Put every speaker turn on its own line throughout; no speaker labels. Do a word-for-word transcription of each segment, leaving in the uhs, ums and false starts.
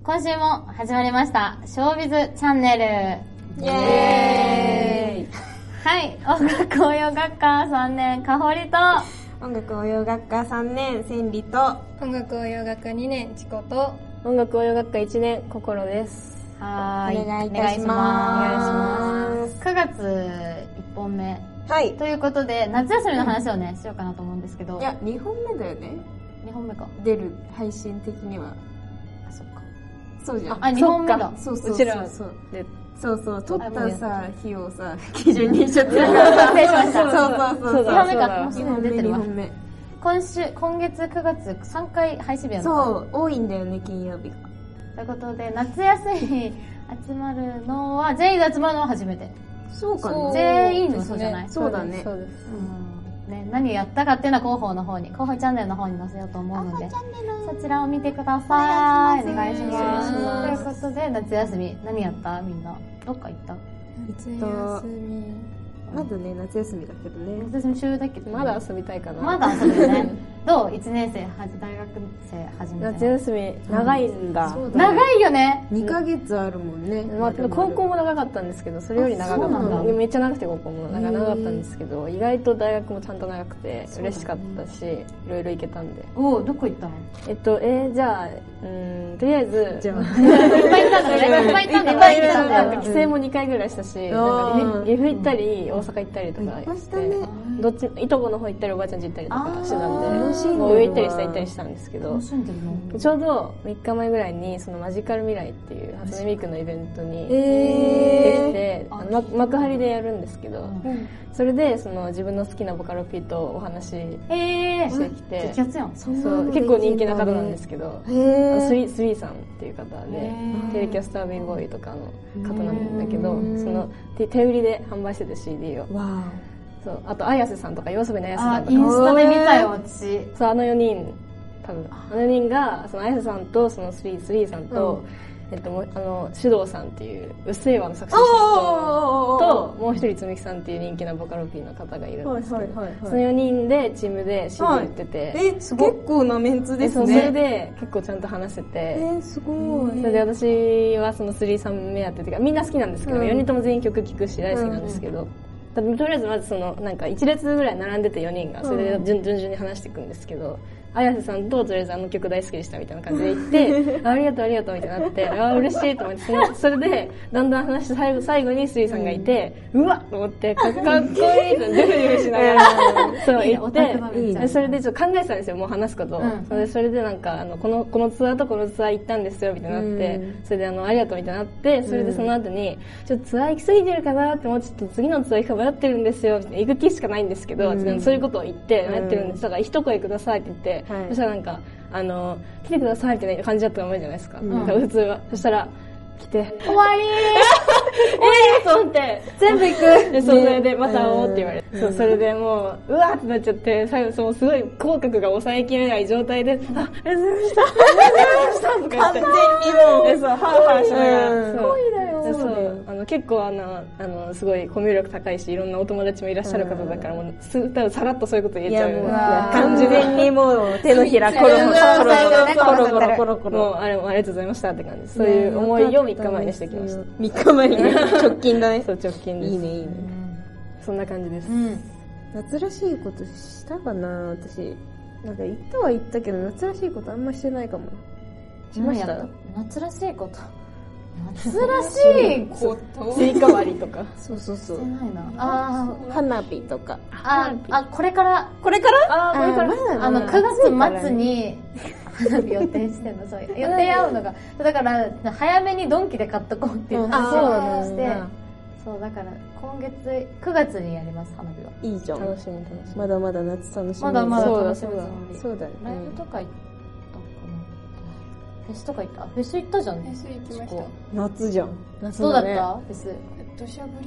今週も始まりましたショービズチャンネル。イエーイ。はい、音楽応用学科さんねんかほりと
音楽応用学科さんねん千里と
音楽応用学科にねんちこと
音楽応用学科いちねん心です。
はーい、
お願いいたします。
お願いします。くがついっぽんめ、
はい、
ということで夏休みの話をねしようかなと思うんですけど、
いやにほんめだよね。
にほんめか、
出る配信的には。
あ、そっか、
そうじゃん。
あ、にほんめだ。
そうそうそうそう、
うちら
でそうそう、撮ったさ日をさ基準にしちゃってるから
失礼しました。
そうそうそう、
にほんめか、もうす
にほんめ
でに出てるわ。
にほんめ。
今週今月くがつさんかい配信日やるのか。
そう、多いんだよね金曜日が。
ということで夏休み集まるのは全員で集まるのは初めて。
そうかな。
全員のそうじゃない。
そうだね。
そうです。
うん、ね、何やったかっていうのは広報の方に、広報チャンネルの方に載せようと思うので、そちらを見てください。お願いします。ということで夏休み何やった？みんなどっか行った？
夏休み
まだね夏休みだけどね。
夏休み中だけど、
まだ遊びたいかな。
まだ遊ぶよね。どう？いちねん生はじ大学生初めて。
夏休み長いんだ。
そうだね、
長いよね。
にかげつあるもんね。
まあ、高校も長かったんですけど、それより長かった。めっちゃ長くて高校も長かったんですけど、意外と大学もちゃんと長くて嬉しかったし、いろいろ行けたんで。
おお、どこ行ったの？
えっと、えー、じゃあ、うん、とりあえず、
じゃあ、
いっぱい行ったんだね。いっぱい行ったんだね。いっぱい行ったんだよ。
帰省もにかいぐらいしたし、なんか岐阜行ったり、大阪行ったりとかして、どっち、いとこの方行ったりおばあちゃん家行ったりとかしてたんで、もう上行ったり下行ったりしたんですけど、ちょうどみっかまえぐらいにそのマジカル未来っていう初音ミクのイベントに行ってきて、あの幕張でやるんですけど、それでその自分の好きなボカロ P とお話ししてきて、
激アツやん。
そう結構人気な方なんですけど、スリースリーさんっていう方でテレキャスタービーボーイとかの方なんだけど、その手売りで販売してて シーディー を。
わ
そうあと綾瀬さんとかYOASOBIの綾瀬さんとか、
インスタで見たよ私。
そうあのよにん多分あのよにんがその綾瀬さんとそのスリースリーさんと、うん、えっともうあの手動さんっていううっせぇわの作詞者ともう一人つみきさんっていう人気なボカロ P の方がいるんですけど、はいはいはいはい、そのよにんでチームで シーディー 売ってて、はい、
え結構なメンツですね。
それで結構ちゃんと話せて、
えー、すごい。
それで私はそのスリーさん目当てっていうかみんな好きなんですけど、うん、よにんとも全員曲聴くし大好きなんですけど、うんとりあえずまずそのなんかいち列ぐらい並んでてよにんがそれで順々に話していくんですけど、綾瀬さんととりあえずあの曲大好きでしたみたいな感じで言ってありがとうありがとうみたいになってあ嬉しいと思ってそのそれでだんだん話して最後最後にスリーさんがいて、うん、うわっと思ってかっこいいとデフデフしながらそう言ってそれでちょっと考えてたんですよもう話すことを、うん、それでそれでなんかあのこのこのツアーとこのツアー行ったんですよみたいになって、うん、それであのありがとうみたいになってそれでその後にちょっとツアー行き過ぎてるかなってもうちょっと次のツアー行くか迷ってるんですよみたいな行く気しかないんですけど、うん、そういうことを言って迷ってるんですだから一声くださいって言って、はい、そしたらなんかあの来てくださいみたいな感じだったら思うじゃないですか、うん、なんか普通はそしたら来て
終わり
ーと思って全部行くでそれでまた会おうって言われて、うん、そうそれでもううわーってなっちゃって最後そのすごい口角が抑えきれない状態であ、ありがとうございましたありがとうございましたとか言って
完全にもう
でそうハーハーしながら、
うん、すごいだよ
そうそうあの結構あのあのすごいコミュ力高いしいろんなお友達もいらっしゃる方だから、うん、もうす多分さらっとそういうこと言えちゃうよ
完全にもう手のひらコロコロコロコロコロコロ
もうあれもありがとうございましたって感じですそういう思いをみっかまえにしてきました
みっかまえに直近だね
そう直近です
いいねいいね
そんな感じです、
うん、夏らしいことしたかな私なんか言ったは言ったけど夏らしいことあんましてないかもしました
夏らしいこと夏らしいこと
スイカ割りとか
そうそうそう
してないなあ
花火とか
ああこれから
これから
あこれから
あのくがつ末に花火予定してんのそう予定合うのがだから早めにドンキで買っとこうっていう話をしてそうだから今月くがつにやります花火はい
いじゃん
楽しみ楽しみ
まだまだ夏楽しみ
まだまだ楽しみ
そうだそうだ
ライブとか行ったかなフェスとか行ったフェス行ったじゃん
フェス行きました
夏じゃん
どうだったフェス
土砂降り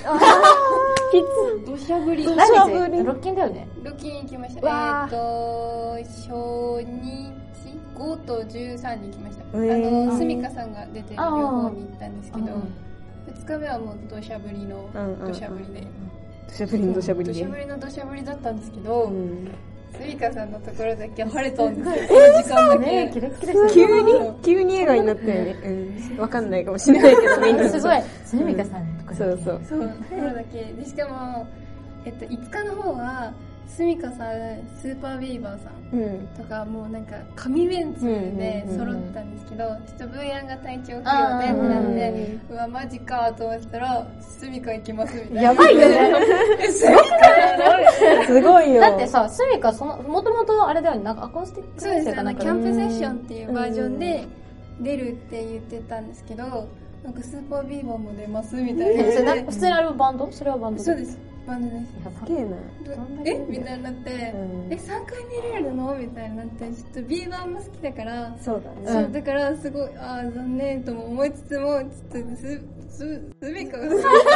きつ
土砂降り
土砂降りロッキンだよね
ロッキン行きましたえっと初日ごとじゅうさんに行きましたあのスミカさんが出てる両方に行ったんですけどふつかめはもう土砂降りの土砂降りで
土砂降りの土砂降りで
土砂降りの土砂降りだったんですけどスミカさんのところだけ晴れたんですよ。その時間だけ。
キラッキラして
急に、急に笑顔になったよね。うん。わかんないかもしれないけど、みんな。
すごい。スミカさんのとこ
そうそう。
そう、ところだけ。で、しかも、えっと、いつかの方は、スミカさん、スーパービーバーさん
うん。
とか、もうなんか、神メンツで揃ったんですけど、ちょっとブーヤンが体調不良でってなって、うわ、マジかと思ったら、スミカ行きますみたいな。
やばいよね。
すごくない
すごいよ。
だってさ、スミカその、もともとあれだよね、なんかアコースティック
そうですね、あの、キャンプセッション
ン。
っていうバージョンで出るって言ってたんですけど、なんかスーパービーバーも出ますみたいな。
それな普通にあれはバンドそれはバンド
そうです。バンドです。
すげえな。
えみたいになって、
うん
え、さんかい見れるのみたいになって、ちょっとビーバーも好きだから、
そうだね。
そう、だからすごい、ああ、残念とも思いつつも、ちょっとす、す、すべかが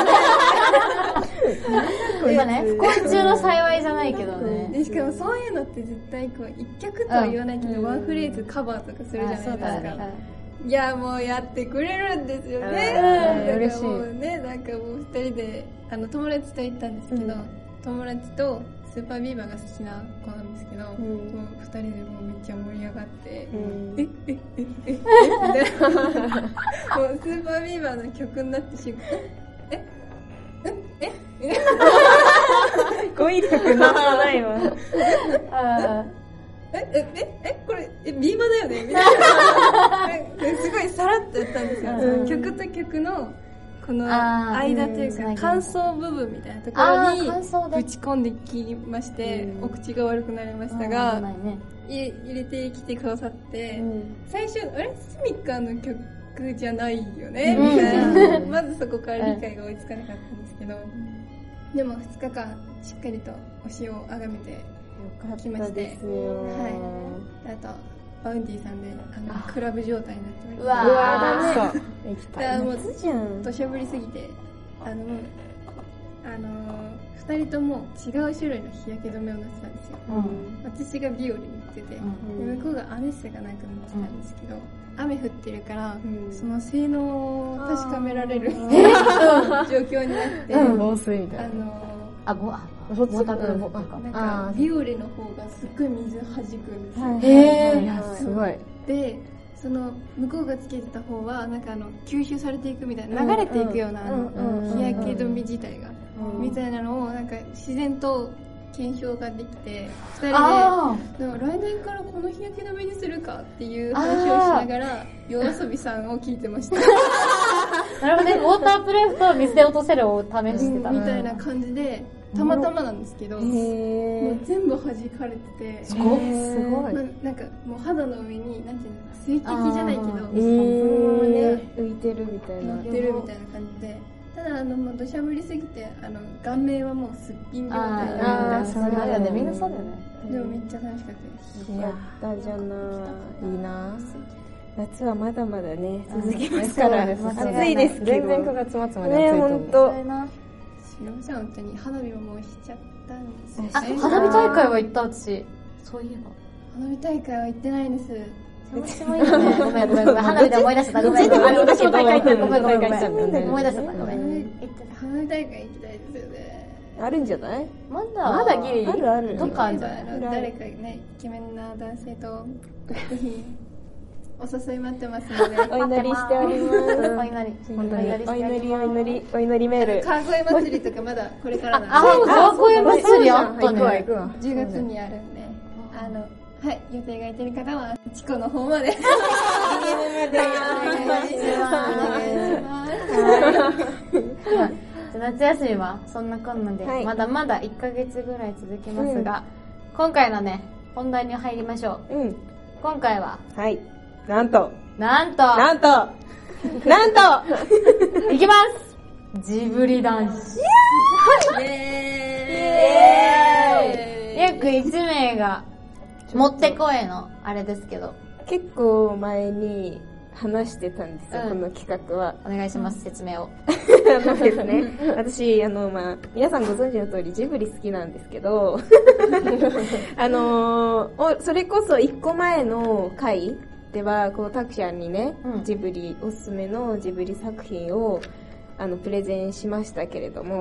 今ね、不幸中の幸いじゃないけどね。
で、しかもそういうのって絶対こう、一曲とは言わないけど、ワンフレーズカバーとかするじゃないですか。いや、もうやってくれるんですよね。
嬉しい。
もうね、なんかもう二人で、あの、友達と行ったんですけど、友達とスーパービーバーが好きな子なんですけど、もう二人でもうめっちゃ盛り上がって、え、え、え、え、え、え、みたいな。もうスーパービーバーの曲になってしまう。え、え、え、え、
語彙力なんもないわ。
え、え、え、え、これ、え、ビーバーだよねみたいな。すごいさらっとやったんですよ。その曲と曲の、この間というか、感想部分みたいなところに、ぶち込んできまして、お口が悪くなりましたが、入れてきてくださって、最初、あれスミカの曲じゃないよねみたいな。まずそこから理解が追いつかなかったんですけど、でもふつかかんしっかりと推しをあがめてきまして、はい。あと、バウンディさんで、あの、クラブ状態になっております。
うわ
うわー、そう。行きたい。
もう、
夏じゃん。
土砂降りすぎて、あの、あのー、二人とも違う種類の日焼け止めを塗ってたんですよ。
うん、
私がビオレ塗ってて、うん、で向こうがアネッサがなんか塗ってたんですけど、うん、雨降ってるから、うん、その性能を確かめられる状況になって、
うん、防水みたいな。
あのー、
あ、ぼ、あ、そっちか。
なんか、ビオレの方がすっごい水弾くんですよ。
へぇー。いや、すごい。
で、その、向こうがつけてた方は、なんかあの、吸収されていくみたいな、流れていくような、あの、日焼け止め自体が、みたいなのを、なんか自然と検証ができて、二人で、なんか来年からこの日焼け止めにするかっていう話をしながら、夜遊びさんを聞いてました。
なるほどね、ウォータープルーフと水で落とせるを試してた。
みたいな感じで、たまたまなんですけど、もう全部弾かれてて、
すごい。すごい。
なんかもう肌の上に、なんていうの、水滴じゃないけど、そのままね、
浮いてるみたいな。
浮いてるみたいな感じで、ただあの、もう土砂降りすぎて、あの、顔面はもうすっぴん状態で、
ああ、そうだよね、みんなそうだよね。
でもめっちゃ楽しかったです。
やったじゃな、いいな。夏はまだまだね、続きますから、暑いですけど。
全然くがつ末まで暑いと思う。ね、
ほんと。
しのぶちゃん本当に花火ももうしちゃったんですよね。
あ、花火大会は行った私。そういえば。
花火大会は行ってないんです。
私もいいよね。ごめんごめんごめん。花火で思い出した。ごめんごめん。私も大会行ってる。ごめんごめんごめん。思い出した。ごめん。
花火大会行きたいですよね。
あるんじゃない？
まだ、まだギリ。
あるある。
どっかあるんじゃない？
誰かね、イケメンな男性と、ぜひ、お誘い待ってますので。
お祈りしております。
お祈り。
本当に。お祈り、お祈り、お祈りメール。
川越祭りとかまだこれからなんで。
あ、川越祭りあったね。
行くわ。
じゅうがつにあるんで、あの、はい、予定がいてる方は、チコの方まで。お願いします。
夏休みはそんなこんなで、まだまだいっかげつぐらい続きますが、今回のね、本題に入りましょう。うん。今回は、
はい。なんと。
なんと。
なんと。なんと。
いきますジブリ男子。イエーイ約いちめいが、もってこいの、あれですけど。
結構前に話してたんですよ、うん、この企画は。
お願いします、説明を。
あのですね、私、あの、まあ、皆さんご存知の通りジブリ好きなんですけど、あのー、それこそいっこまえの回では、こう、タクシャンにね、うん、ジブリ、おすすめのジブリ作品を、あの、プレゼンしましたけれども、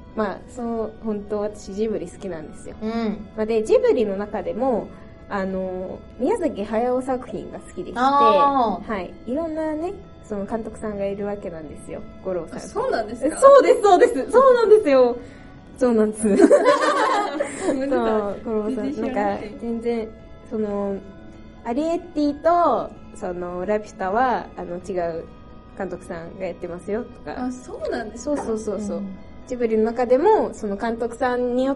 まあ、そう、本当私ジブリ好きなんですよ。
うん。
まあ、で、ジブリの中でも、あの、宮崎駿作品が好きでして、はい。いろんなね、その監督さんがいるわけなんですよ。五郎さん。
そうなんですか？
そうです、そうです。そうなんですよ。そうなんです。そう、五郎さん。なんか、全然、その、アリエッティと、その、ラピュタは、あの、違う監督さんがやってますよ、とか。
あ、そうなんですか？
そうそうそうそう。うん、ジブリの中でも、その監督さんによって、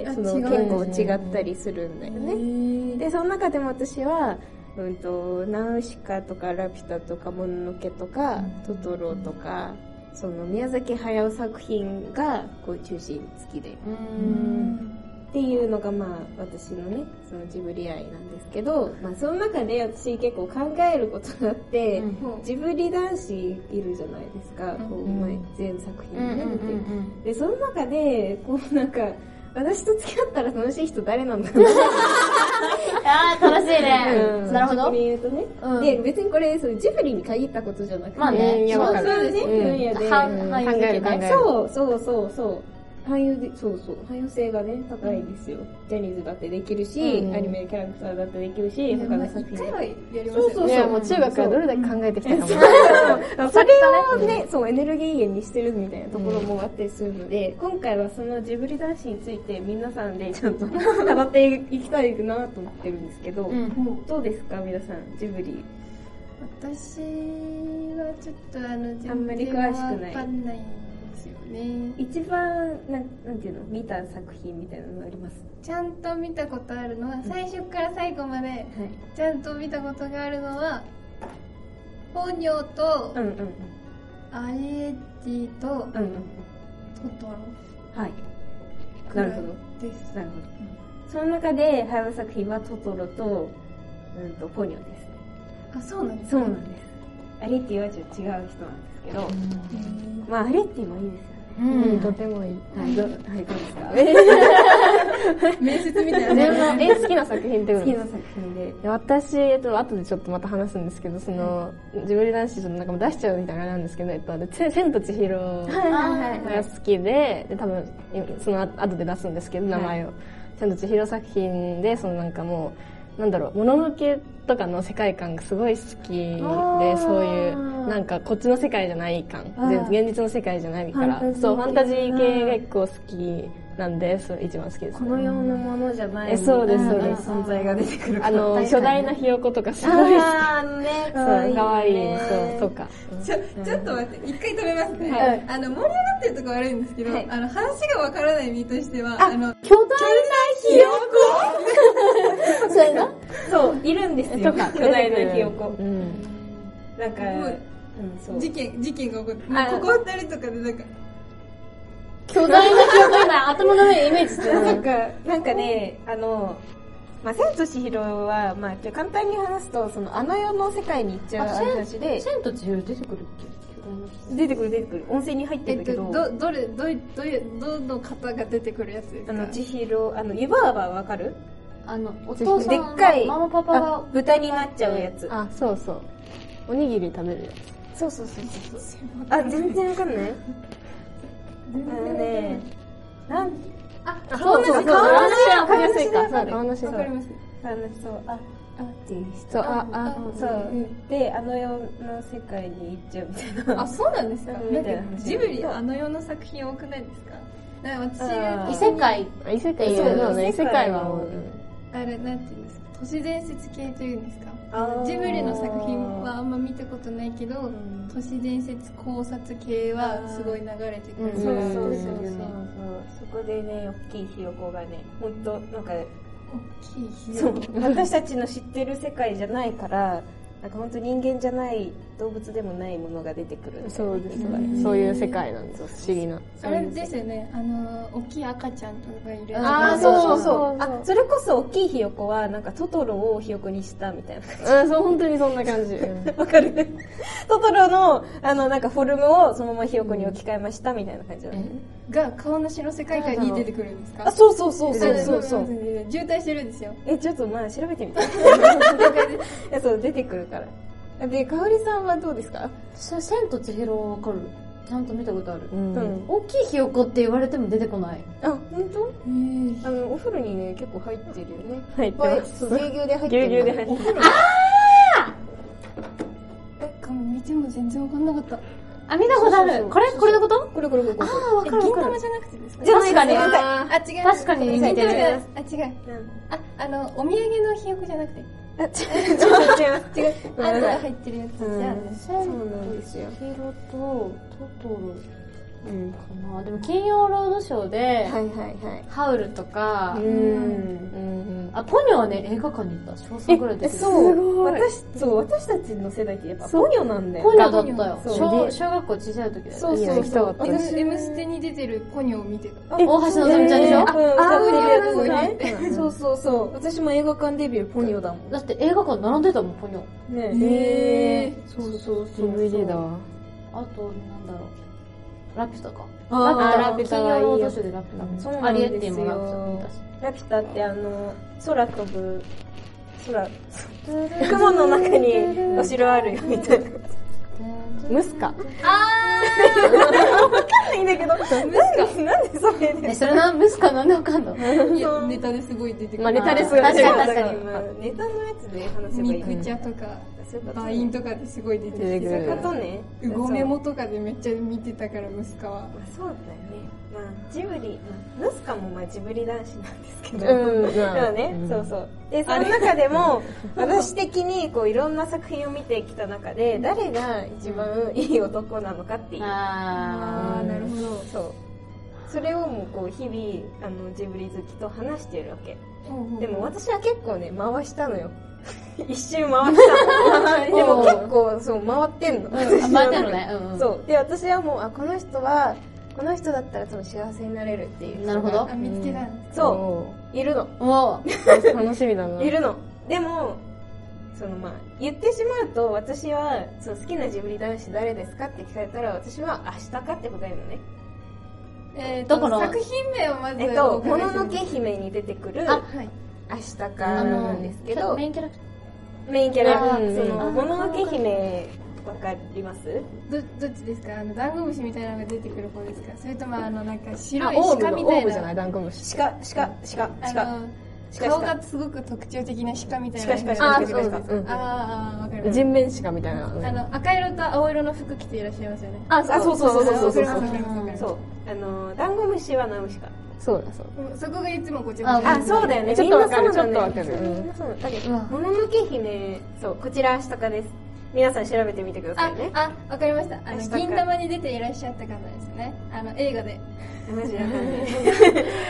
その、結構違ったりするんだよね。で、その中でも私は、うんと、ナウシカとかラピュタとかもののけとか、トトロとか、その宮崎駿作品がこう中心好きで。うんっていうのがまあ私のね、そのジブリ愛なんですけど、まあその中で私結構考えることがあって、うん、ジブリ男子いるじゃないですか、こう前全作品をね見て。で、その中で、こうなんか、私と付き合ったら楽しい人誰なんだろう
ああ、楽しいね。
うん、
なるほど。
ジブリ言うとね。うん、で、別にこれ、そのジブリに限ったことじゃなくて。
まあね、
そうそう
ね、
分野で。
考える考える。
そう、そうそうそう。汎用で、そうそう、汎用性がね、高いんですよ。ジャニーズだってできるし、アニメキャラクターだってできるし、他の作品。
一回はやりますよね。
そうそうそう。
もう中学からどれだけ考えてきたかも。
それをね、そう、エネルギー源にしてるみたいなところもあったりするので、今回はそのジブリ男子について皆さんでちょっと語っていきたいなと思ってるんですけど、どうですか皆さん、ジブリ。
私はちょっとあの、
あんまり詳しくない。
わかんない。ね、
一番な、なんていうの見た作品みたいなのあります？
ちゃんと見たことあるのは、最初から最後までちゃんと見たことがあるのは、ポニョと、うんうん、アリエッティと、うんうん、トトロ。
はい。なるほど。です。なるほど。うん、その中で駿作品はトトロと、うんとポニョですね。
あ、そうなんですか？
そうなんです。アリエッティはちょっと違う人なんですけど、うん、まあアリエッティもいいですよね。
うん、とてもいい。
はい、ど、はい、どうですか？
面接みたいな。
え、好きな作品ってこと
好きな作品で。
私、えっと、後でちょっとまた話すんですけど、その、ジブリ男子ちょっとなんかも出しちゃうみたいなあれなんですけど、えっと、千と千尋が好きで、で、多分、その後で出すんですけど、名前を。千と千尋作品で、そのなんかもう、なんだろう、もののけとかの世界観がすごい好きで、そういう、なんかこっちの世界じゃない感、現実の世界じゃないから、そう、ファンタジー系が結構好きなんで、それ一番好きです、ね。
この世のものじゃない。
え、そうです、そうです。
存在が出てくる。
あの、巨大なひよことかすごい好き。
あーね、
そう、かわいい、そう、とか。
ちょ、ちょっと待って、一回止めますね。はい。あの、盛り上がってるとこ悪いんですけど、はい、あの、話がわからない身としては、あの、
巨大なひよこそういうの
そう、いるんですよ。
とか、
巨大なひよこ。
うん。
なんか、
うん、事件、事件が起こって、ここ二人とかでなんか、
巨大なひよこ今頭の上にイメージしてる。
なんか、なんかね、あの、まあ、千と千尋は、まあ、簡単に話すと、その、あの世の世界に行っちゃう話で。
千と千尋出てくるっ
け？出てくる出てくる。温泉に入ってるんだけど。
ど、どれ、ど、ど、どの方が出てくるやつですか？
あの、千尋、あの、湯婆婆わかる？
あの、お父さん、
でっかい、
ママパパが
豚になっちゃうやつ。
あ、そうそう。おにぎり食べるや
つ。そうそうそうそう。あ、全然わかんない？あのね、なん、
あ、そうそうそう。顔
なしはわかりやすいか。そう、顔なし。
わかります。
顔なし、そう。あ、あっていう人。
そう、あ、あ、
そう。で、あの世の世界に行っちゃうみたいな。
あ、そうなんですか？
みたいな話。
ジブリあの世の作品多くないですか？私が
異世界。
異世界そうね、異世界はもう。
あれ、なんていうんですか？都市伝説系というんですか？ジブリの作品はあんま見たことないけど、うん、都市伝説考察系はすごい流れてくる。
そうそうそうそう。そこでね、大きいひよこがね、ほんと、なんか、
大きいひよこ。
そう。私たちの知ってる世界じゃないから、なんか本当人間じゃない動物でもないものが出てくる、ね、
そうですね。そういう世界なんですよ。不思議な。
あれですよね。あの大きい赤ちゃんとかがいる。
ああ、そうそうそう。あ、それこそ大きいひよこはなんかトトロをひよこにしたみたいな感じ。
うん、そう本当にそんな感じ。
わかる。トトロのあのなんかフォルムをそのままひよこに置き換えましたみたいな感じだね。
が顔なしの世界観に出てくるんですか？
あ、そうそうそうそうそうそう。
渋滞してるんですよ。
え、ちょっとまあ調べてみて。そう出てくるから。で、かおりさんはどうですか？
私は千と千尋わかる。 ちゃんと見たことある。
うん。
大きいひよこって言われても出てこない。
あ、本当？あの、お風呂にね、結構入ってるよね。
入ってます。
ぎゅうぎゅうで入ってる。
ぎゅうぎゅうで入ってる。
あー！見ても全然わかんなかった。
あ、見たことある。これこれのこと？
これこれこれ。
ああ、わかるわかる。
銀玉じゃなくてですか？
確かに。
あ、違う。
確かに似てる。
あ、違う。あ、あの、お土産のひよこじゃなくて。
あ、違う、違う、違う。
あんが入ってるやつじゃん。
そうなんですよ。
千尋とトトロ。うん、かな。でも、金曜ロードショーで、はい
はいはい。
ハウルとか、
うん。うん。
あ、ポニョはね、映画館に行った。小さぐらいで。
そう。私、そう、私たちの世代ってやっぱポニョなんだよ。
ポニョだったよ。小、小学校小さい時だよ。
そうそうそう。私、Mステに出てるポニョを見てた。
大橋のぞみちゃんでしょ？
あ、そうね。そうそうそう。私も映画館デビューポニョだもん。
だって映画館並んでたもん、ポニョ。
ねえ。そうそうそう。
ディーブイディー だわ。
あと、なんだろう。ラピュタか。
あ
あ、ラピュタはいいよ。金曜ロードショーでラピュタ。
そうなんですよ。
アリエッティもラピュタ見たし。
ラピュタってあの、空飛ぶ、空、雲の中にお城あるよみたいな。
ムスカ。
あ
ーわかんないんだけど、ムスカなんでそれで。
え、それな、ムスカなんでわかんの？
いや、ネタですごい出てくる。
まあネタですごい
出てくる。確かに確か
に。ネタのやつで話せばいい。
ミクチャとか、バインとかですごい出てくる。
そういうことね。
うごメモとかでめっちゃ見てたからムスカは。
まあそうだよね。まあジブリ、ムスカもまあジブリ男子なんですけど。
うん。
そうね、そうそう。で、その中でも、私的にこういろんな作品を見てきた中で、誰が一番いい男なのかっていう。
あ
ー、なるほど。
そう。それをもうこう日々、あの、ジブリ好きと話してるわけ。でも私は結構ね、回したのよ。一周回したの。でも結構、そう、回ってんの。
回ってんのね。
そう。で、私はもう、あ、この人は、この人だったら多分幸せになれるっていう。
なるほど。
見つけた。
そう。いるの。
お
楽しみだな。
いるの。でも、そのまあ、言ってしまうと、私は、その好きなジブリ男子誰ですかって聞かれたら、私は明日かって答えるのね。
えーと、だから作品名をまず。
えっと、もののけ姫に出てくる、
あ、はい。
明日かなんですけど、
メインキャラクタ
ーメインキャラクター、その、もののけ姫、わかります？
ど、どっちですか？あの、ダンゴムシみたいなのが出てくる方ですか？それともあの、なんか白い鹿みたいな。
オーブじゃない、ダンゴムシ。
鹿、鹿、鹿、鹿。
顔がすごく特徴的な鹿みたいな。
鹿、鹿、鹿、
ああ、わかる。
人面鹿みたいな。
あの、赤色と青色の服着ていらっしゃいますよね。
あ、そうそうそうそうそう。そう。
そう。
あの、ダンゴムシはナウシカ。
そうだそう。
そこがいつもこち
ら。あ、そうだよね。
ちょっとわかる、ちょっとわかる。
みんなそうだけど、もののけ姫、そう、こちら明日かです。皆さん調べてみてくださいね。
あ、わかりました。あの、銀玉に出ていらっしゃった方ですね。あの、映画で。
マジわかんない。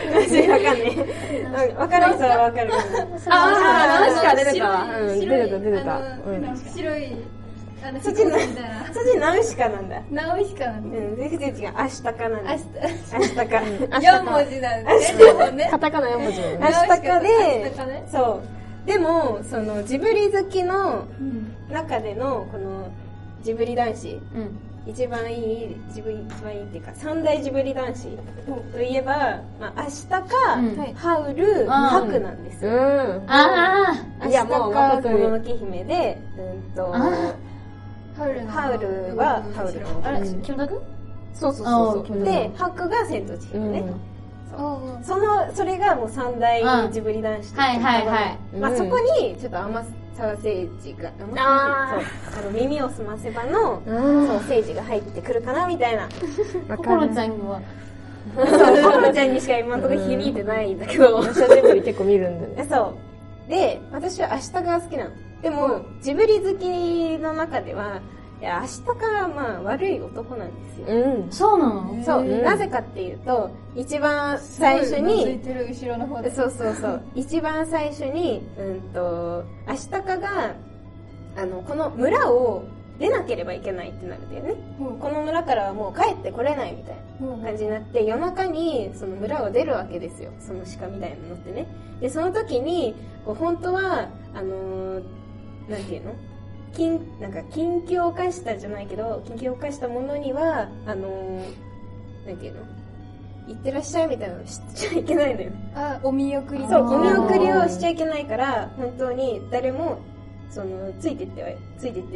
マジわかんない。わかる人はわかる。
あ、
ナウシカ出てたわ。うん、出てた、出て
た。白い、あの、
そっちな、そっちナウシカなんだ。
ナウシカなんだ。
うん、全然違う。明日かなんだ。
明日。
明日か。
よん文字なんですね。
カタカナよん文字。
明日かで、そう。でも、その、ジブリ好きの中での、この、ジブリ男子。一番いい、自分一番いいっていうか、三大ジブリ男子といえば、まあ、明日か、ハウル、ハクなんですよ。うん。
あ
あ。明日か、もののけ姫で、うんと、
ハウル
ハウルは、ハウル。
あれ、キムタク？
そうそうそうそう。で、ハクが千と千尋ね。その、それがもう三大ジブリ男子。
はいはいはい。
まあそこに、ちょっと甘さ誠治が、ああの、耳をすませばの、そう、誠治が入ってくるかなみたいな。
心ちゃんには。
そう、心ちゃんにしか今のところ響いてないんだけど。
私はジブリ結構見るんだね。
そう。で、私は明日が好きなの。でも、ジブリ好きの中では、いや、明日からまあ悪い男なんですよ。
うん。そうなの？
そう。なぜかっていうと、一番最初に、
後ろの方で
そうそうそう。一番最初に、うんと、明日かが、あの、この村を出なければいけないってなるんだよね。うん、この村からはもう帰ってこれないみたいな感じになって、夜中にその村を出るわけですよ。その鹿みたいなのってね。で、その時に、こう本当は、あのー、なんていうの緊、なんか、緊急を犯したじゃないけど、緊急を犯したものには、あのー、なんていうの行ってらっしゃいみたいなのしちゃいけないのよ。
あ、お見送り。
そう、お見送りをしちゃいけないから、本当に誰も、その、ついてっては、ついてって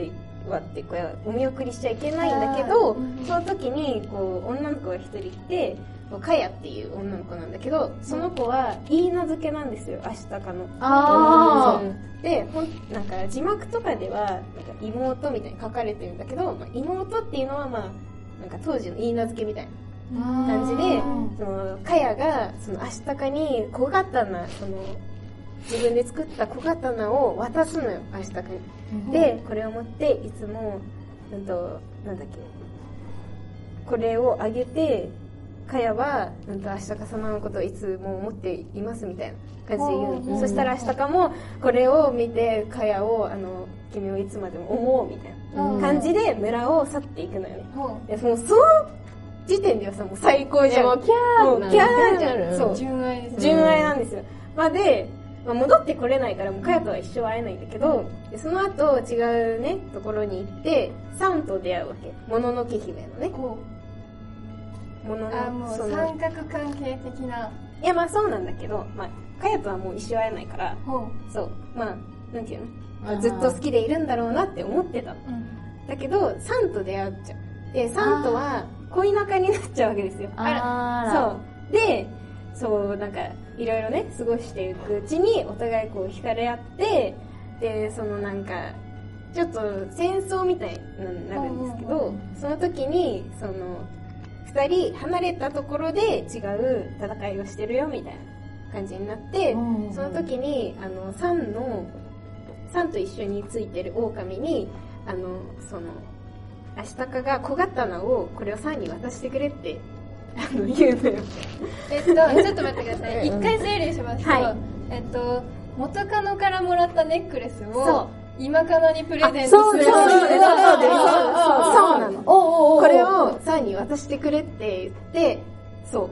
わってこうお見送りしちゃいけないんだけど、その時にこう女の子が一人いて、かやっていう女の子なんだけど、その子はいい名付けなんですよ、アシタカの。あー。で、ほんなんか字幕とかではなんか妹みたいに書かれてるんだけど、まあ、妹っていうのはまあなんか当時のいい名付けみたいな感じで、そのかやがそのアシタカに小刀、その自分で作った小刀を渡すのよ、アシタカに。うん、で、これを持っていつもなんとなんだっけ、これをあげて。かやは、なんと、アシタカ様のことをいつも思っていますみたいな感じで言うの。そしたらアシタカも、これを見て、かやを、あの、君をいつまでも思うみたいな感じで村を去っていくのよね。でもうその時点ではさ、もう最高じゃん。もうキャーもうキャーじゃん。そう。純愛ですね。純愛なんですよ。まあで、まあ、戻ってこれないから、もうかやとは一生会えないんだけど、でその後違うね、ところに行って、サンと出会うわけ。もののけ姫のね。ものの
あ、もう三角関係的な。
いや、まあそうなんだけど、まあ、かやとはもう一生会えないから、そう、まあ、なんていうの、ずっと好きでいるんだろうなって思ってたの。うん、だけど、サンと出会っちゃう。で、サンとは恋仲になっちゃうわけですよ。あら。そう。で、そう、なんか、いろいろね、過ごしていくうちに、お互いこう惹かれ合って、で、そのなんか、ちょっと戦争みたいになるんですけど、その時に、その、二人離れたところで違う戦いをしてるよみたいな感じになって、その時にあのサンのサンと一緒についてる狼にあのそのアシタカが小刀をこれをサンに渡してくれってあの言うのよ。
えっとちょっと待ってください。一回整理しますと、はい、えっと元カノからもらったネックレスを今カノにプレゼントする。そうそうそうそうそう
なの。これをサンに渡してくれって言って、そう、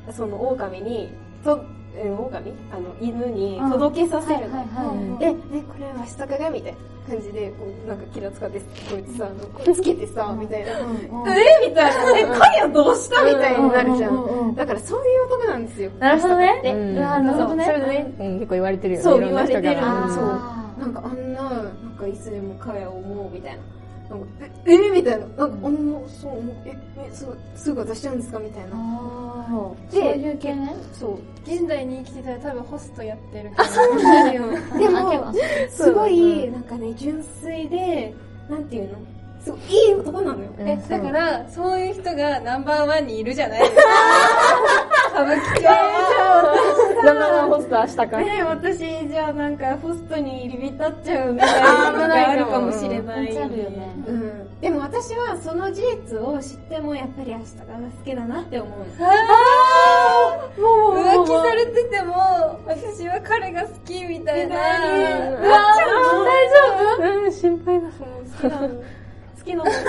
その狼に、と、えー、狼あの、犬に届けさせるの。で、ね、これはアシタカがみたいな感じで、こう、なんかキラ使って、こいつさ、これつけてさ、みたいな。えみたいな。え、カヤどうしたみたいになるじゃん。だからそういう男なんですよ。
なるほどね。なるほどね。
それでね、結構言われてるよね。
そう、言われてる。そう。なんかあんな、なんかいつでもカヤを思うみたいな。なんかえ、えみたいな。なんか、あんな、そう、え、え、すぐ、すぐ渡しちゃうんですかみたいな。
あで、そういう系ね。
そう。
現代に生きてたら多分ホストやってる
から。あ、そうなんだよ。でも、すごい、なんかね、純粋で、なんていうのすごいいい男なのよ。
え、だから、そういう人がナンバーワンにいるじゃないですか。歌舞伎町
ナンバーワンホストはしたか。
ね、私、じゃあなんかホストに入り浸っちゃうみたいなのがあるかもしれない。
あるよね。
うん。でも私はその事実を知ってもやっぱりアシタカが好きだなって思う。
あーもう浮気されてても、私は彼が好きみたいな。うわ
ー、大丈
夫？うん、心配だ。
好きなの。好きなの。好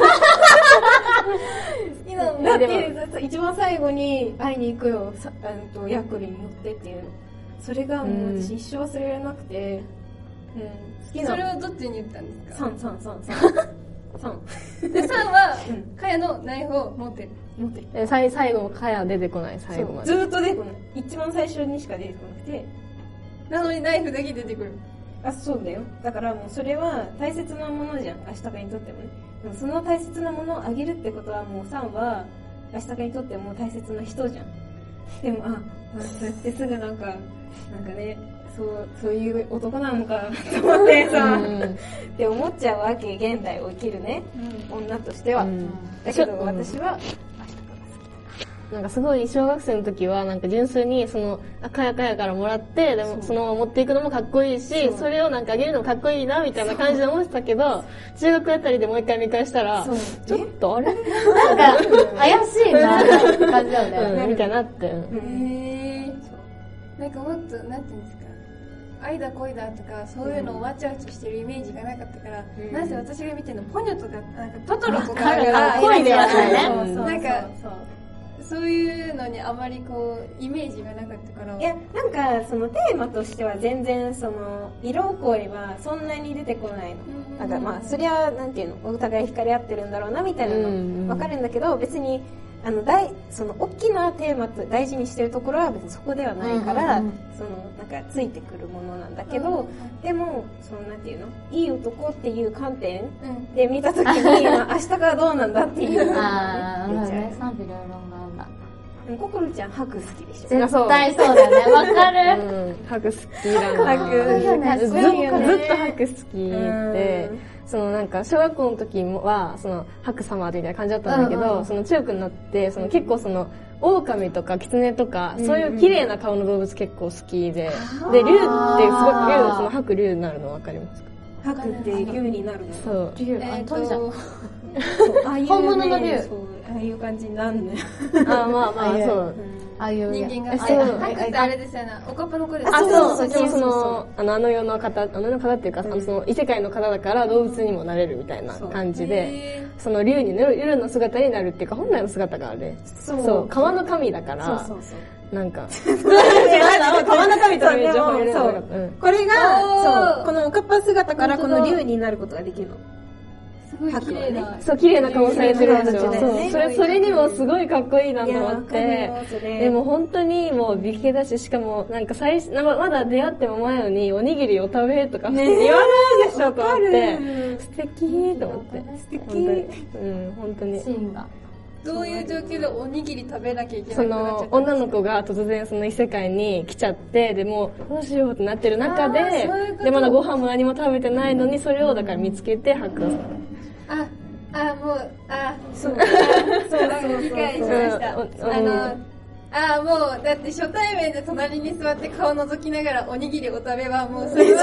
きなの。だって一番最後に会いに行くよ。あのヤクルに乗ってっていう。それがもう私一生忘れられなくて。
うん。好きなの。それをどっちに言ったんですか？
サンサンサンサン。サン。
で、サンは、カヤのナイフを持ってる。
持ってる。
え、最後、カヤ出てこない、最後まで。
ずーっと出てこない。一番最初にしか出てこなくて。
なのにナイフだけ出てくる。
あ、そうだよ。だからもうそれは大切なものじゃん。アシタカにとってもね。でもその大切なものをあげるってことはもうサンは、アシタカにとっても大切な人じゃん。でも、あ、そうやってすぐなんか、なんかね、そう、そういう男なのかと思ってさ、って思っちゃうわけ、現代を生きるね、うん、女としては。うん、だけど私は、
なんかすごい小学生の時はなんか純粋にそのかやかやからもらってでもそのまま持っていくのもかっこいいし そ, それをなんかあげるのもかっこいいなみたいな感じで思ってたけど中学あたりでもう一回見返したらちょっとあれ
なんか怪しいな感じだよね、
うん、みたいなって、
うん、へーなんかもっとなんていうんですか愛だ恋だとかそういうのをわちゃわちゃしてるイメージがなかったから、うん、なぜ私が見てるのポニョとかなんかトトロとかが
恋ではないね
なんかそういうのにあまりこうイメージがなかったから
いやなんかそのテーマとしては全然その色恋はそんなに出てこないの、うん、なんかまあそりゃなんていうのお互い惹かれ合ってるんだろうなみたいなの分かるんだけど別にあの大その大きなテーマと大事にしてるところは別にそこではないから、うんうんうん、そのなんかついてくるものなんだけど、うんうん、でもそのなんていうのいい男っていう観点で見たときに、うん、明日からどうなんだっていうの
がね、ね賛否両論があるんだ。
ココロちゃんハク好きでしょ。
絶対そうだね。わかる。
うん、ハク好きだな。ハクずっとハク好きで。そのなんか小学校の時はそのハク様みたいな感じだったんだけど、うんうん、その中学になってその結構その狼とか狐とか、うん、そういう綺麗な顔の動物結構好きで、うん、で竜ってすごく竜そのハク竜になるの分かりますか？
ハクって竜になるの。
そう
竜、えー、飛んじゃう。
本物の竜。ああいう感じになるのよ。
あまあまあそう。
ああいう
人間が、そう、ハクってあれですよね、おかっぱの子です。
あ、そうそう、でもその、あの、あの世の方、あの世の方っていうか、あの、その、異世界の方だから動物にもなれるみたいな感じで、その竜に、竜の姿になるっていうか、本来の姿があれ。そう。川の神だから、そうそうそう。なんか、川の神という情報をそう。
これが、そう、このおかっぱ姿からこの竜になることができるの。
すごい綺麗な、
そう綺麗な顔されてるんですよ。そうそれそれにもすごいかっこいいなと思って、でも本当にもう美形だし、しかもなんか最初まだ出会っても前におにぎりを食べとか言わないでしょと思って、素敵と思って、素敵、うん本当に。シーンが。
どういう状況でおにぎり食べなきゃいけない
その女の子が突然その異世界に来ちゃって、でもどうしようってなってる中で、でまだご飯も何も食べてないのに、それをだから見つけて吐く。
あ、あ、もう、あ、そう、そう、なんか理解しました。あの、あ、もう、だって初対面で隣に座って顔覗きながらおにぎりを食べは、もうそれは、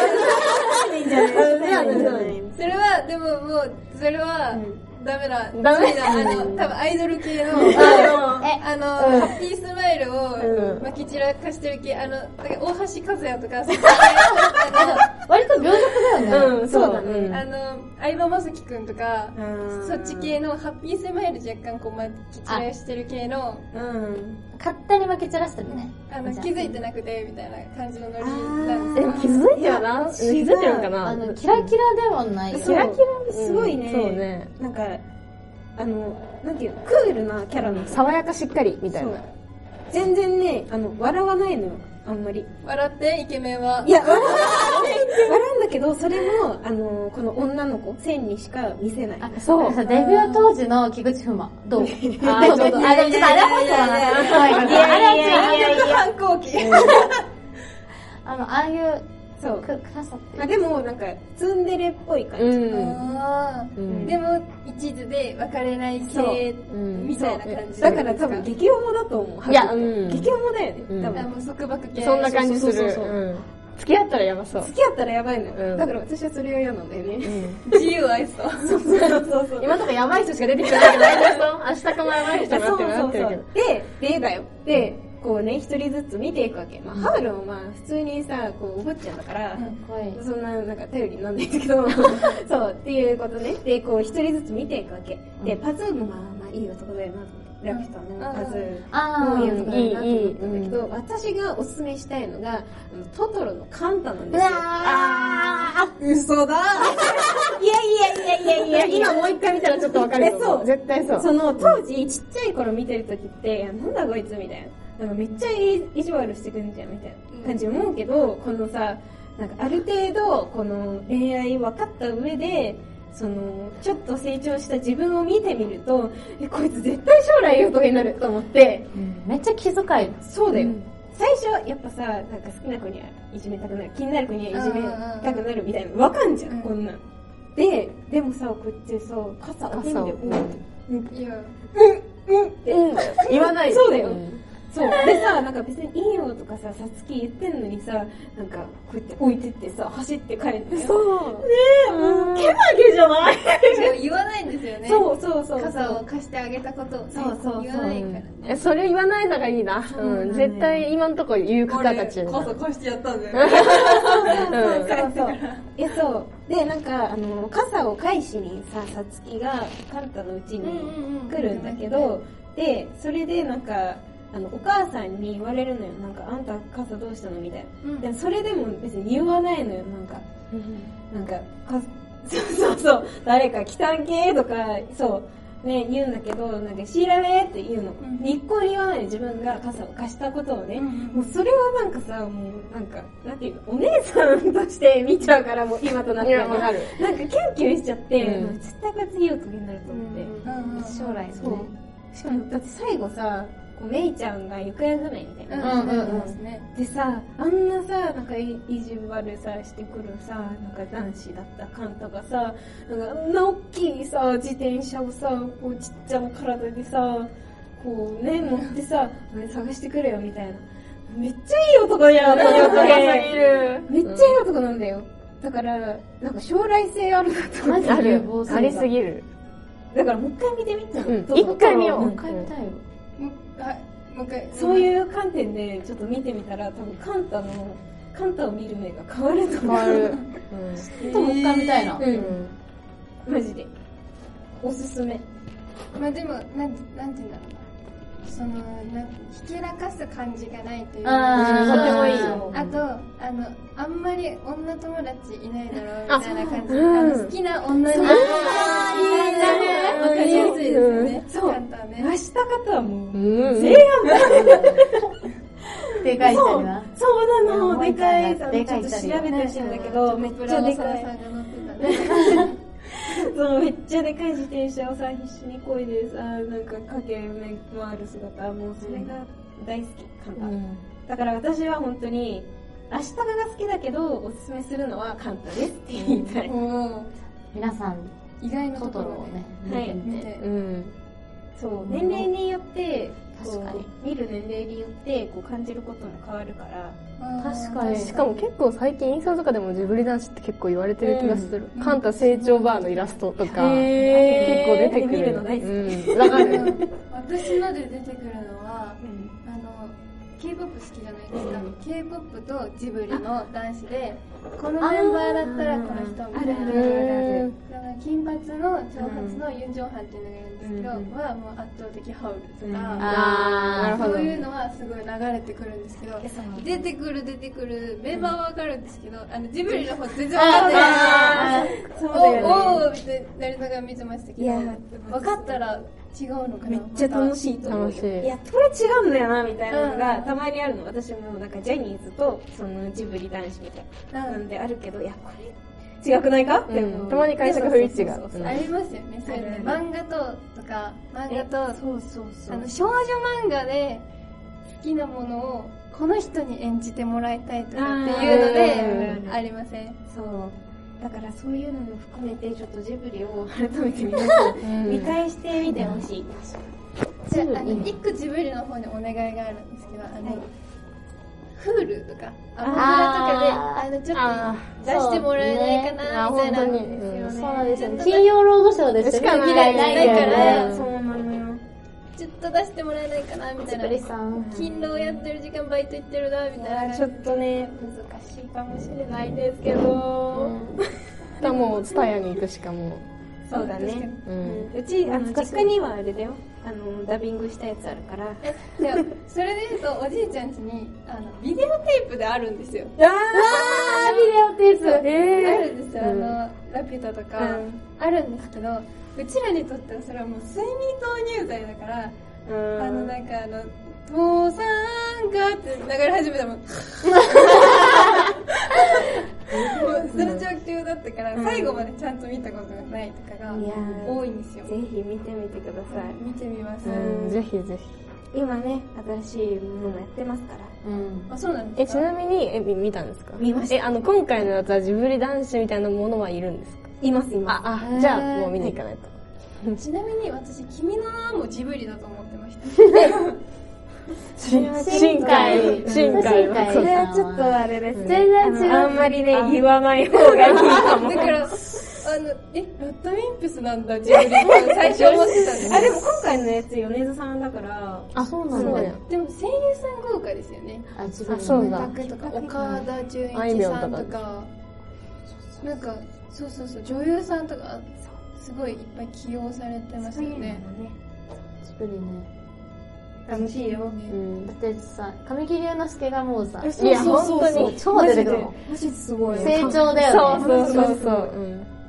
それは、でももう、それは、ダメだ。
ダメ
だ。あの、多分アイドル系の、あの、ハッピースマイルをまき散らかしてる系、あの、大橋和也とか、
割と病弱だよね。
うん、そうだね。
あの、相葉雅紀くんとか、そっち系のハッピースマイル若干こうまき散らしてる系の、
勝手にまき散らしてるね。
あの、気づいてなくて、みたいな感じのノリなん
ですよ。気づいてはな、気づいてるのかな？
あの、キラキラではない。
キラキラすごいね。そうね。なんか、あの、なんていうの、クールなキャラの。
爽やかしっかり、みたいな。
全然ね、あの、笑わないのよ。あんまり。
笑って、イケメンは。
いや、笑うんだけど、それも、あの、この女の子、線にしか見せない。
あ、そう。デビュー当時の菊池風磨。どう？あ、ちょっと、あれ、ちょっとあれはそうだな。いやいやいやいやいや。
反抗期。
あの、ああいう、
そう。暗さって。あ、でも、なんか、ツンデレっぽい感じ。
うん。でも、一途で別れない系、みたいな感じ。
だから多分、激重だと思う。
いや、
激重だよね。多分。
もう束縛系。
そんな感じする。付き合ったらやばそう。
付き合ったらやばいのよ。だから私はそれが嫌なんだよね。
自由愛想。
そうそうそう。
今とかやばい人しか出てきてないけど、大丈夫？明日かもやばい人になってるなってるけど。
で、でだよ。で、こうね、一人ずつ見ていくわけ。まあ、ハウルもまあ、普通にさ、こう、お坊ちゃんだから、そんな、なんか、頼りになんないんだけど、そう、っていうことね。で、こう、一人ずつ見ていくわけ。で、パズーもまあ、まあ、いい男だよなと思って。ラピュタのパズーもいい男だよなと思ったんだけど、私がおすすめしたいのが、トトロのカンタなんですよ。
あ
ー、嘘だいやいやいやいやいや、
今もう一回見たらちょっとわかるよ。
そう。
絶対そう。
その、当時、ちっちゃい頃見てる時って、なんだこいつみたいな。なんかめっちゃ意地悪してくんじゃんみたいな感じ思うけど、このさ、なんかある程度この恋愛分かった上で、そのちょっと成長した自分を見てみると、えこいつ絶対将来いい男になると思って、
うん、めっちゃ気遣い。
そうだよ。うん、最初やっぱさ、なんか好きな子にはいじめたくなる、気になる子にはいじめたくなるみたいなわかんじゃん、うん、こんなん。で、でもさこっちさ傘当てんだよ。
うん、いや、
うんうんって
言わない。
そうだよ。そう。でさ、なんか別にいいよとかさ、さつき言ってんのにさ、なんかこうやって置いてってさ、走って帰るんだよ。
そう。
ねえ、もう、けなげじゃない
言わないんですよね。
そうそうそう。
傘を貸してあげたことを、ね、
そうそうそう。
言わないからね。
え、それ言わないのがいいな。うん。絶対今んとこ言う方たち。
傘貸してやったんだよ。
そうそうそう。え、そう。で、なんか、あの、傘を返しにさ、さつきがカンタのうちに来るんだけど、で、それでなんか、あの、お母さんに言われるのよ。なんか、あんた傘どうしたのみたいな。うん、でもそれでも別に言わないのよ。なんか、うん、なんか、か、そうそうそう、誰か来たんけとか、そう。 ね、言うんだけど、なんか、シーラねって言うの。うん、一向に言わないで自分が傘を貸したことをね、うん、もうそれはなんかさ、もうなんか、なんていうの、お姉さんとして見ちゃうから、もう今となっては。なんかキュンキュンしちゃって、うん、絶対これ次いい男になると思って。
うんうん、将来ね。そう。
しかも、だって最後さ、メイちゃんが行方不明みたいな。
うんうんうん。
でさ、あんなさ、なんか意地悪さしてくるさ、なんか男子だったカンタがさ、なんかあんな大きいさ、自転車をさ、こうちっちゃな体でさ、こうね、乗ってさ、探してくれよみたいな。めっちゃいい男やん、と思って。めっちゃいい男なんだよ。だから、なんか将来性あるなと思って。
ある。ありすぎる。
だからもう一回見てみた
うん、一回見よう。
もう一回見たいよ。
はい、もう一回。
そういう観点でちょっと見てみたら、多分カンタの、カンタを見る目が変わると思う。
変わる。うん。ともう一回見たいな。
うん。マジで。おすすめ。
まあでも、なん、なんて言うんだろうな。その、なひけらかす感じがないというか。
ああ、とてもいい。
あと、あの、あんまり女友達いないだろうみたいな感じ。あの、好きな女に。ああ、いいね。わかりやすいですよね。そう。
明日方はもう、
正反対。
でかい人には。
そうなの、でかいさ、ちょっと調べてほしいんだけど、めっちゃでかい。そう、めっちゃでかい自転車をさ、必死に漕いでさ、なんか駆け回る姿、もうそれが大好き、カンタ。うん、だから私は本当に、明日が好きだけど、おすすめするのはカンタですって言いたい。
うん、皆さん、
意外な
トトロをね、
はい、見て。うん。そう、年齢によって、確かに見る年齢によってこう感じることも変わるから。
確かに。
しかも結構最近インスタとかでもジブリ男子って結構言われてる気がする。カンタ成長バーのイラストとか、結構出てくる。
見るの大好き。
うん、わかる。
私ので出てくるのは、あの、K-ポップ 好きじゃないですか。K-ポップ とジブリの男子で、このメンバーだったらこの人みたいな。金髪の長髪のユン・ジョンハンっていうのがいるんですけど、はもう圧倒的ハウルとか、そういうのはすごい流れてくるんですけど、出てくる出てくるメンバーはわかるんですけど、あのジブリの方全然わかんない。おーってなりながら見てましたけど、分かったら違うのかな。
めっちゃ楽しいと思う。いや、これ違うんだよなみたいなのがたまにあるの。私もなんかジャニーズとそのジブリ男子みたいななんであるけど、いやこれ違くないかって、
うん、たまに解釈不一致が
ありますよね。そういうの漫画ととか漫画と
そうそうそう、
あの少女漫画で好きなものをこの人に演じてもらいたいとかっていうのでありません？
そうだからそういうのも含めてちょっとジブリを改めて皆さん見返してみてほしい。
じゃあ、あの一個ジブリの方にお願いがあるんですけど、あの、はい、Hulu とかアマプラとかであのちょっと出してもらえないかなみたいな。
そうなんですよね。金曜ロードショーでしか見られないから、
そうなのよ。ちょっと出してもらえないかなみたいな。
ジブリさん。
勤労やってる時間バイト行ってるなみたいな。
ちょっとね難しいかもしれないですけど。
だもうツタヤに行くしかもう。
そうだね。うん。うちあの実家にはあれだよ。あのダビングしたやつあるから。
え、でもそれで言うとおじいちゃん家にあのビデオテープであるんですよ。
ああ
ビデオテープ。
えー、あるんですよ。あのラピュタとか、うん、あるんですけど、うちらにとってはそれはもう睡眠導入剤だから、うん、あのなんかあの父さんがって流れ始めたもん。もうその状況だったから、最後までちゃんと見たことがないとかが多いんですよ。
ぜひ見てみてください。
見てみます。
うん、ぜひぜひ。
今ね、新しいものもやってますから。
うん。あ、そうなんですか？
え、ちなみに、え、見たんですか？
見ました。
え、あの、今回のやつはジブリ男子みたいなものはいるんですか？
います、います。
あ、あ、じゃあ、もう見に行かないと。
ちなみに私、君の名もジブリだと思ってました。
深海、深海は。
それはちょっとあれですね。
全然違う。
あんまりね、言わない方がいいかも。
だから、あの、え、ラッドウィンプスなんだ、ジブリって最初思ってたんです。
あ、でも今回のやつ、米津さんだから。
あ、そうなんだよ。
でも声優さん豪華ですよね。
あ、ジ
ブリ。そうだ。
とか、岡田准一さんとか、なんか、そうそうそう、女優さんとか、すごいいっぱい起用されてますよね。
ジブリね。
楽しいよ。
うん。だってさ、神木隆之介がもうさ、
いや、本当に
超出てくるもん。
マジすごい。
成長だよね。
そうそうそうそう。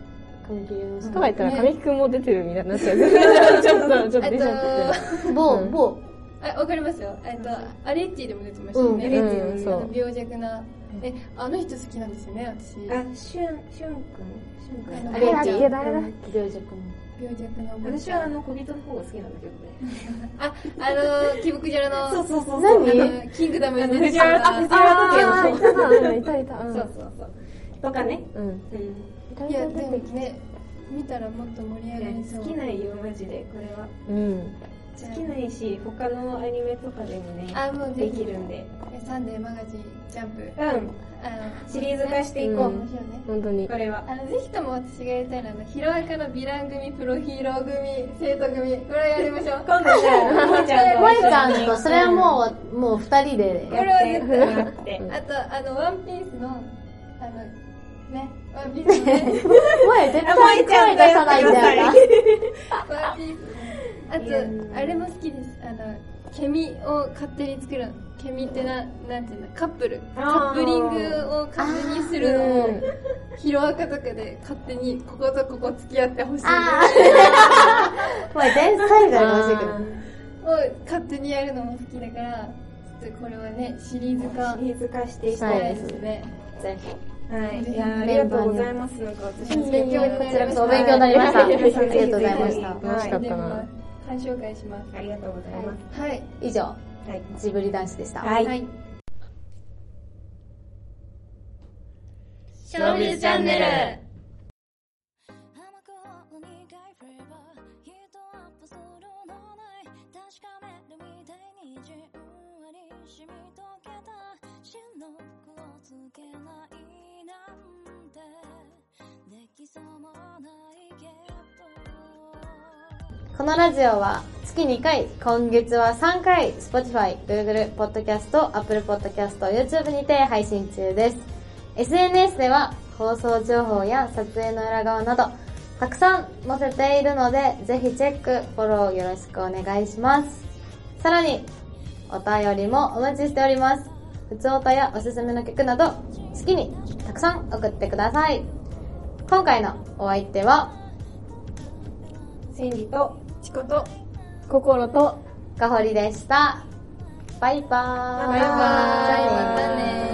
神木隆之介とか言ったら神木くんも出てるみたいになっちゃう。ちょっと、ちょっと出ちゃって。
某、某。
あ、わかりますよ。えっと、アレッティでも出てましたよね。アレッティのそう病弱な。え、あの人好きなんですよね、私。
あ、シュン、シュンくん。シュンくん。
アレッティ
誰だっけ
病弱の。
病弱の。
私はあの、小人の方が好きなんだけどね。
あ、あの、キブクジャラの。
そうそうそう。
何
キングダムに出て
た。あ、藤原
時計の。いたいた。
そうそうそう。とかね。
うん。
いや、でもね、見たらもっと盛り上がりそう。
好きないよ、マジで、これは。
うん。
好きないし、他のアニメとかでもね、
あ、もう
できるんで。
サンデーマガジン、ジャンプ。
うん。あの、シリーズ化していこう。
面白いね。
本当に。
これは。
あの、ぜひとも私がやりたいのは、ヒロアカのヴィラン組、プロヒーロー組、生徒組、これやりましょう。
今度じゃあ、もえちゃんと。
もえちゃんと、それはもう、もう二人で。
これは絶対やって。あと、あの、ワンピースの、あの、ね、ワンピースのね。
もえ絶対声出さないんだよな。
ワンピース。あと、あれも好きです。あの、ケミを勝手に作るの。ケミってな、なんていうの、カップル。カップリングを勝手にするのを、ヒロアカとかで勝手にこことここ付き合ってほしい。
もう全体が欲しいけど。
を勝手にやるのも好きだから、ちょっとこれはね、シリーズ化。
シリーズ化していき
したいですね。
ぜひ。
はい。いや、ありがとうございます。なんか私も
勉強、こちらこそお勉強になりました。ありがとうございました。
楽しかったな。
鑑賞会します。
ありがとうございます。
はい。
以上、
はい。
ジブリ男子でした。
はい。
ショービズチャンネル。
このラジオは月にかい、今月はさんかい、Spotify、Google Podcast、Apple Podcast、YouTube にて配信中です。エスエヌエス では放送情報や撮影の裏側などたくさん載せているので、ぜひチェック、フォローよろしくお願いします。さらにお便りもお待ちしております。ふつおたやおすすめの曲など好きにたくさん送ってください。今回のお相手は
千里と
チコと
心と
かほりでした。バイバーイ。
バイバーイ。またね。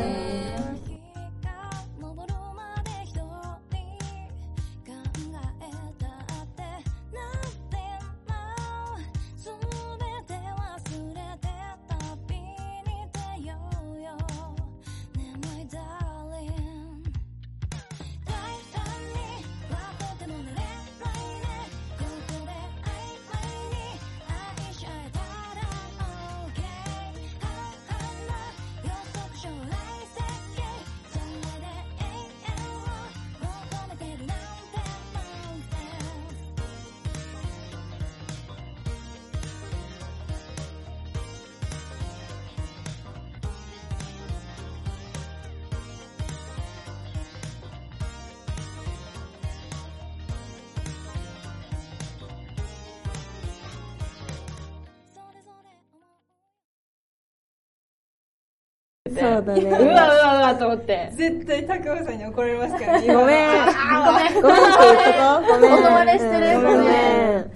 そうだね。うわうわうわと思って。
絶対高尾さんに怒られますからね。
ごめん。ごめん。ごめんって言っとこう。ごめん。
お泊まれしてる。
ごめん。